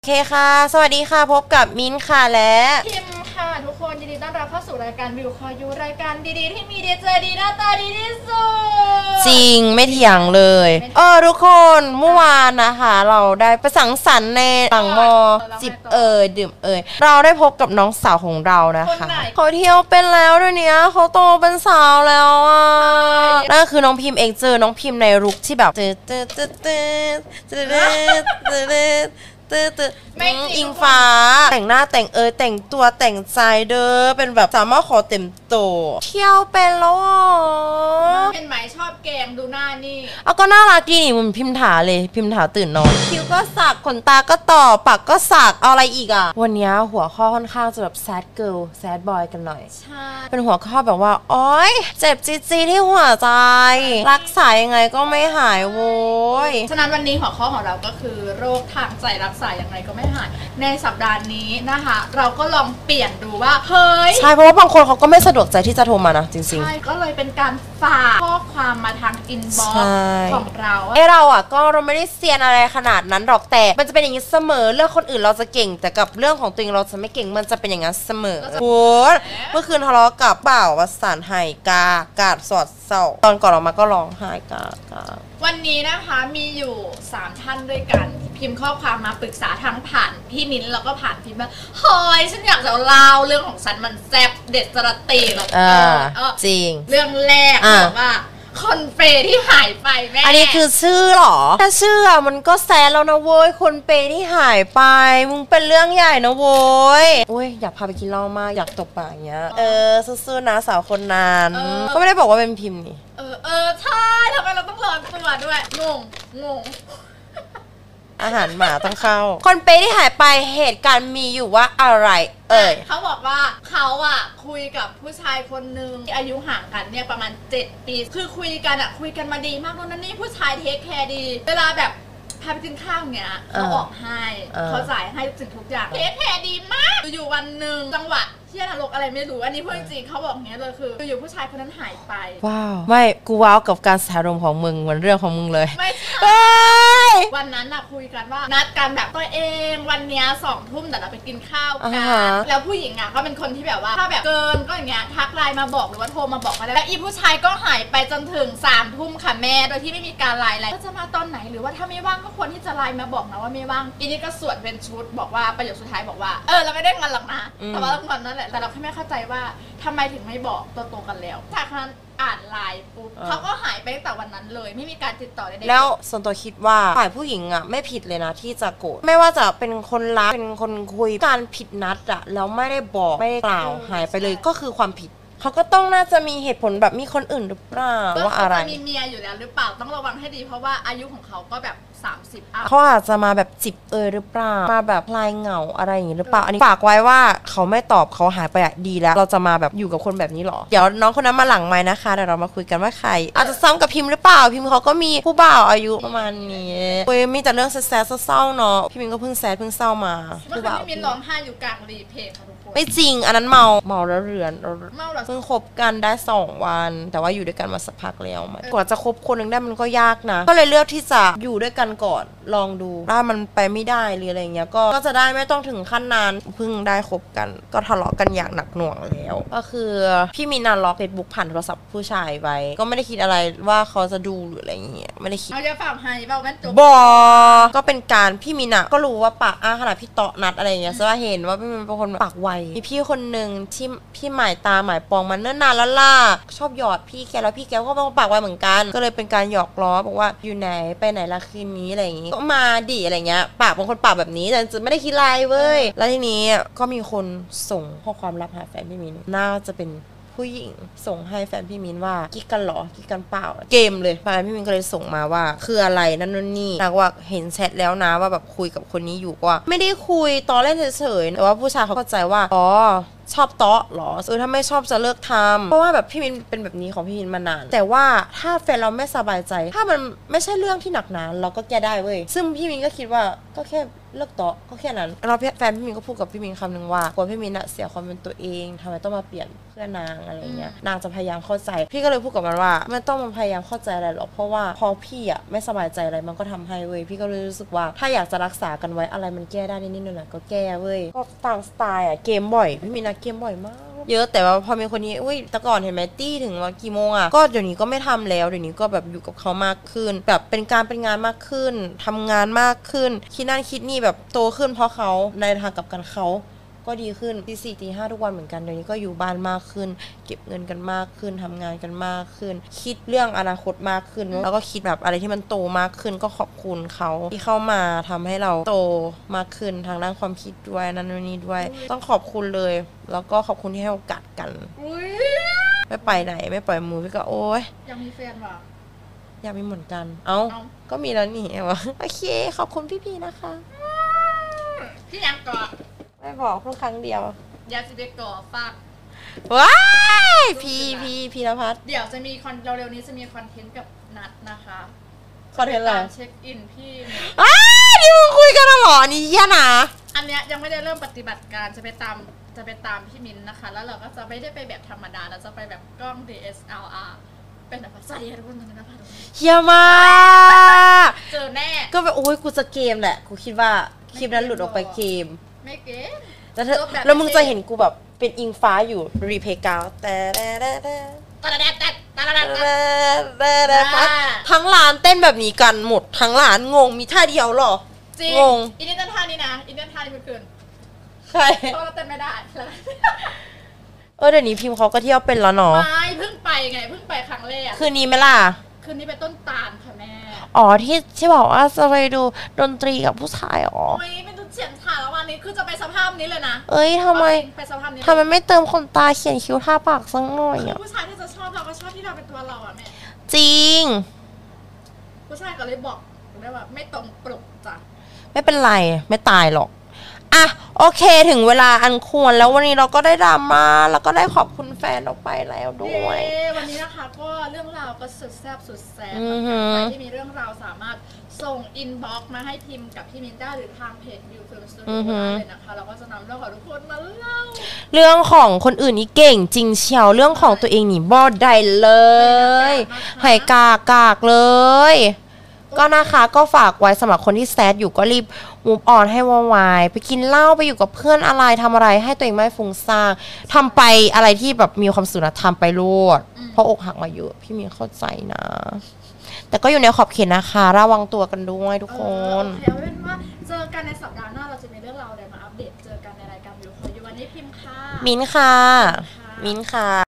โอเคค่ะสวัสดีค่ะพบกับมิ้นค่ะและพิมค่ะทุกคนยินดีต้อนรับเข้าสู่รายการวิวคอยูรายการดีๆที่มีดีเจดีหน้าตาดีที่สุดจริงไม่เถียงเลยทุกคนเมื่อวานนะคะเราได้ไปสังสรรค์ในหลังมอจิบดื่มเราได้พบกับน้องสาวของเรานะคะเขาเที่ยวเป็นแล้วด้วยเนี้ยเขาโตเป็นสาวแล้วอ่ะนั่นคือน้องพิมเองเจอน้องพิมในลุคที่แบบอิงฟ้าแต่งหน้าแต่งแต่งตัวแต่งใจเด้อเป็นแบบสามารถขอเต็มโตเที่ยวเป็นแล้วอ๋อเห็นไหมชอบแกงดูหน้านี่เอาก็น่ารักดีนี่มันพิมพ์ถาเลยพิมพ์ถาตื่นนอนคิ้วก็สักขนตาก็ต่อปากก็สักเอาอะไรอีกอ่ะวันนี้หัวข้อค่อนข้างจะแบบ sad girl sad boy กันหน่อยใช่เป็นหัวข้อแบบว่าโอ๊ยเจ็บจี๊ดที่หัวใจรักษายังไงก็ไม่หายโว้ยฉะนั้นวันนี้หัวข้อของเราก็คือโรคทางใจรักษายังไงก็ไม่หายในสัปดาห์นี้นะคะเราก็ลองเปลี่ยนดูว่าเฮ้ยใช่เพราะว่าบางคนเขาก็ไม่สะดวกใจที่จะโทรมานะจริงๆใช่ก็เลยเป็นการฝากข้อความมาทางอินบ็อกซ์ของเราเราอ่ะก็เราไม่ได้เซียนอะไรขนาดนั้นหรอกแต่มันจะเป็นอย่างนี้เสมอเรื่องคนอื่นเราจะเก่งแต่กับเรื่องของตัวเองเราจะไม่เก่งมันจะเป็นอย่างนั้นเสมอพูดเมื่อคืนทะเลาะกับบ่าวประสานไห้กาดสอดเศร้าตอนก่อนออกมาก็ร้องไห้กาวันนี้นะคะมีอยู่3ท่านด้วยกันพิมพ์ข้อความมาปรึกษาทั้งผ่านพี่มิ้นแล้วก็ผ่านพิมพ์ว่าเฮ้ยฉันอยากจะเล่าเรื่องของฉันมันแซ่บเด็ดสระตีแบบจริงเรื่องแรกแบบว่าคนเปที่หายไปแม่อันนี้คือชื่อหรอถ้าชื่อมันก็แซนแล้วนะโว้ยคนเปที่หายไปมึงเป็นเรื่องใหญ่นะโว้ยโอ้ยอยากพาไปกินเหล้ามากอยากตกปลาอย่างเงี้ยซื่อๆนะสาวคนนั้นก็ไม่ได้บอกว่าเป็นพิมพ์นี่ใช่ทำไมเราต้องร้อนตัวด้วยงงอาหารหมาต้องเข้าคนเปที่หายไปเหตุการณ์มีอยู่ว่าอะไรเขาบอกว่าเขาอ่ะคุยกับผู้ชายคนนึงอายุห่างกันเนี่ยประมาณ7 ปีคือคุยกันมาดีมากนั่นนี่ผู้ชายเทคแคร์ดีเวลาแบบพาไปกินข้าวเงี้ยเขาออกให้เขาจ่ายให้ทุกอย่างเทคแคร์ดีมากอยู่วันหนึ่งจังหวะที่นรกอะไรไม่รู้อันนี้เพื่อนจริงเขาบอกอย่างเงี้ยเลยคืออยู่ผู้ชายคนนั้นหายไปว้าวไม่กูว้าวกับการสารมของมึงเหมือนเรื่องของมึงเลยไม่ใช่วันนั้นน่ะคุยกันว่านัดกันแบบตัวเองวันเนี้ย20 ทุ่มแต่เราไปกินข้าวกันแล้วผู้หญิงอ่ะเขาเป็นคนที่แบบว่าถ้าแบบเกินก็อย่างเงี้ยทักไลน์มาบอกหรือว่าโทรมาบอกก็ได้แล้วอีผู้ชายก็หายไปจนถึง3 ทุ่มค่ะแม่โดยที่ไม่มีการไลน์อะไรก็จะมาตอนไหนหรือว่าถ้าไม่ว่างก็ควรที่จะไลน์มาบอกนะว่าไม่ว่างอีนี่ก็สวดเป็นชุดบอกว่าประโยคสุดท้ายบอกว่าเราไม่ได้งอนหรอกนะแต่ว่าเรางอนนั่นแหละแต่เราแค่ไม่เข้าใจว่าทำไมถึงไม่บอกตัวกันแล้วจากนั้นอ่านไลน์ปุ๊บเขาก็หายไปตั้งแต่วันนั้นเลยไม่มีการติดต่อใดๆแล้วส่วนตัวคิดว่าฝ่ายผู้หญิงอ่ะไม่ผิดเลยนะที่จะโกรธไม่ว่าจะเป็นคนรักเป็นคนคุยการผิดนัดอ่ะแล้วไม่ได้บอกไม่ได้กล่าวหายไปเลยก็คือความผิดเขาก็ต้องน่าจะมีเหตุผลแบบมีคนอื่นหรือเปล่าว่าอะไรมีเมียอยู่แล้วหรือเปล่าต้องระวังให้ดีเพราะว่าอายุของเขาก็แบบ30 เขาอาจจะมาแบบจิบหรือเปล่ามาแบบคลายเหงาอะไรอย่างนี้หรือเปล่าอันนี้ฝากไว้ว่าเขาไม่ตอบเขาหายไปอ่ะดีแล้วเราจะมาแบบอยู่กับคนแบบนี้หรอเดี๋ยวน้องคนนั้นมาหลังไม้นะคะเดี๋ยวเรามาคุยกันว่าใครอาจจะซ้ำกับพิมพ์หรือเปล่าพิมพ์เขาก็มีผู้บ่าวอายุประมาณนี้มีแต่เรื่องแซดเศร้าเนาะพี่มินก็เพิ่งแซดเพิ่งเศร้ามาผู้บ่าวพี่มินร้องไห้อยู่กลางรีเพย์ค่ะทุกคนไม่จริงอันนั้นเมาแล้วเรือนเพิ่งคบกันได้2 วันแต่ว่าอยู่ด้วยกันมาสักพักแล้วกว่าจะคบคนหนึ่งได้มันก็ยากนะก็เลยเลือกที่จะอยู่ด้วยกันก่อนลองดูถ้ามันไปไม่ได้หรืออะไรเงี้ยก็จะได้ไม่ต้องถึงขั้นนานเพิ่งได้คบกันก็ทะเลาะกันอย่างหนักหน่วงแล้วก็คือพี่มีนาล็อกเฟซบุ๊กผ่านโทรศัพท์ผู้ชายไว้ก็ไม่ได้คิดอะไรว่าเขาจะดูหรืออะไรเงี้ยไม่ได้คิดเขาจะฝากให้เปล่าแม่จุ๊บก็เป็นการพี่มีนาก็รู้ว่าปากขนาดพี่เตาะนัดอะไรเงี้ยซะว่าเห็นว่าพี่มีเป็นคนปากไวมีพี่คนนึงที่พี่หมายตาหมายปองมันเนิ่นนานแล้วล่ะชอบหยอดพี่แกแล้วพี่แกก็เป็นคนปากไวเหมือนกันก็เลยเป็นการหยอกล้อบอกว่าอยู่ไหนไปไหนละคืนนี้อะไรอย่างงี้ก็มาดิอะไรเงี้ยปากบางคนปากแบบนี้แต่จะไม่ได้คิดอะไรเว้ยแล้วทีนี้ก็มีคนส่งข้อความลับหาแฟนพี่มินน่าจะเป็นผู้หญิงส่งให้แฟนพี่มินว่ากิ๊กกันหรอกิ๊กกันเปล่าเกมเลยแฟนพี่มินก็เลยส่งมาว่าคืออะไรนั่นนู่นนี่นางว่าเห็นแชทแล้วนะว่าแบบคุยกับคนนี้อยู่ก็ไม่ได้คุยตอนเล่นเฉยๆแต่ว่าผู้ชายเขาเข้าใจว่าชอบเตาะหรอถ้าไม่ชอบจะเลิกทำเพราะว่าแบบพี่มินเป็นแบบนี้ของพี่มินมานานแต่ว่าถ้าแฟนเราไม่สบายใจถ้ามันไม่ใช่เรื่องที่หนักหนาเราก็แก้ได้เว้ยซึ่งพี่มินก็คิดว่าก็แค่เลิกต่อก็แค่นั้นเราแฟนพี่มินก็พูดกับพี่มินคำหนึ่งว่ากลัวพี่มินเสียความเป็นตัวเองทำไมต้องมาเปลี่ยนเพื่อนางอะไรเงี้ยนางจะพยายามเข้าใจพี่ก็เลยพูดกับมันว่าไม่ต้องมาพยายามเข้าใจอะไรหรอกเพราะว่าพอพี่ไม่สบายใจอะไรมันก็ทำให้เว้ยพี่ก็เลยรู้สึกว่าถ้าอยากจะรักษากันไว้อะไรมันแก้ได้นิดๆหน่อยๆก็แก้เว้ยก็ตามสไตล์เกมบ่อยพี่มินเกมบ่อยมากเยอะแต่ว่าพอมีคนนี้อุ้ยแต่ก่อนเห็นไหมตี้ถึงว่ากี่โมงก็เดี๋ยวนี้ก็ไม่ทำแล้วเดี๋ยวนี้ก็แบบอยู่กับเขามากขึ้นแบบเป็นงานมากขึ้นทำงานมากขึ้นคิดนั่นคิดนี่แบบโตขึ้นเพราะเขาในทางกับกันเขาก็ดีขึ้นตีสี่ตีห้าทุกวันเหมือนกันเดี๋ยวนี้ก็อยู่บ้านมากขึ้นเก็บเงินกันมากขึ้นทำงานกันมากขึ้นคิดเรื่องอนาคตมากขึ้นแล้วก็คิดแบบอะไรที่มันโตมากขึ้นก็ขอบคุณเขาที่เข้ามาทำให้เราโตมากขึ้นทางด้านความคิดด้วยนั่นนี่ด้วยต้องขอบคุณเลยแล้วก็ขอบคุณที่ให้โอกาสกันไม่ไปไหนไม่ปล่อยมือพี่ก็โอ๊ยอยากมีแฟนว่ะอยากมีเหมือนกันก็มีแล้วนี่วะโอเคขอบคุณพี่ๆนะคะพี่ยังก่อไม่บอกเพิ่งครั้งเดียวอยากจะไปก่อฝากว้ายพีรพัฒน์เดี๋ยวจะมีเร็วๆนี้จะมีคอนเทนต์กับนัดนะคะคอนเทนต์อะไรเช็คอินพี่นี่มึงคุยกันหรอนี่ยนะอันเนี้ยยังไม่ได้เริ่มปฏิบัติการจะไปตามพี่มิ้นนะคะแล้วเราก็จะไม่ได้ไปแบบธรรมดาเราจะไปแบบกล้อง DSLR เป็นแบบใส่ทุกคนเลยนะคะเฮียมากเจอแน่ก็แบบโอ้ยกูจะเกมแหละกูคิดว่าคลิปนั้นหลุดออกไปเกมไม่เกมแล้วมึงจะเห็นกูแบบเป็นอิงฟ้าอยู่รีเพย์กาวแต่ทั้งร้านเต้นแบบนี้กันหมดทั้งร้านงงมีท่าเดียวหรอจริงงอินเดียนท่านี้นะอินเดียนท่านี้เมื่อคืนใครเพราะเราเต้นไม่ได้เดี๋ยวนี้พิมพ์เขาก็เที่ยวเป็นแล้วเนาะไม่เพิ่งไปไงเพิ่งไปครั้งแรกคืนนี้ไหมล่ะคืนนี้ไปต้นตาลค่ะแม่ที่บอกว่าจะไปดูดนตรีกับผู้ชายไม่เป็นตุเฉียนถ่ายแล้ววันนี้คือจะไปสภาพนี้เลยนะทำไมไปสภาพนี้ทำไมไม่เติมขนตาเขียนคิ้วทาปากสักหน่อยผู้ชายที่จะชอบเราก็ชอบที่เราเป็นตัวเราแม่จริงผู้ชายก็เลยบอกได้ว่าไม่ตรงปลุกจ้ะไม่เป็นไรไม่ตายหรอกโอเคถึงเวลาอันควรแล้ววันนี้เราก็ได้ดราม่าแล้วก็ได้ขอบคุณแฟนออกไปแล้วด้วยวันนี้นะคะก็เรื่องราวก็สุดแซ่บสุดแซ่บใครที่มีเรื่องราวสามารถส่งอินบ็อกซ์มาให้พิมพ์กับพี่มินได้หรือทางเพจวิวฟิล์มสตูดิโอได้เลยนะคะเราก็จะนำเรื่องของทุกคนมาเล่าเรื่องของคนอื่นนี่เก่งจริงเชียวเรื่องของตัวเองนี่บอดได้เลยหายกากเลยก็นะคะก็ฝากไว้สำหรับคนที่แซดอยู่ก็รีบมูฟออนให้ไวๆไปกินเหล้าไปอยู่กับเพื่อนอะไรทำอะไรให้ตัวเองไม่ฟุ้งซ่านทำไปอะไรที่แบบมีความสุขทำไปโลดเพราะอกหักมาเยอะพี่มีเข้าใจนะแต่ก็อยู่ในขอบเขตนะคะระวังตัวกันด้วยทุกคนเอาเป็นว่าเจอกันในสัปดาห์หน้าเราจะมีเรื่องราวอะไรมาอัปเดตเจอกันในรายการวิวคอยวันนี้พิมพ์ค่ะมิ้นค่ะมิ้นค่ะ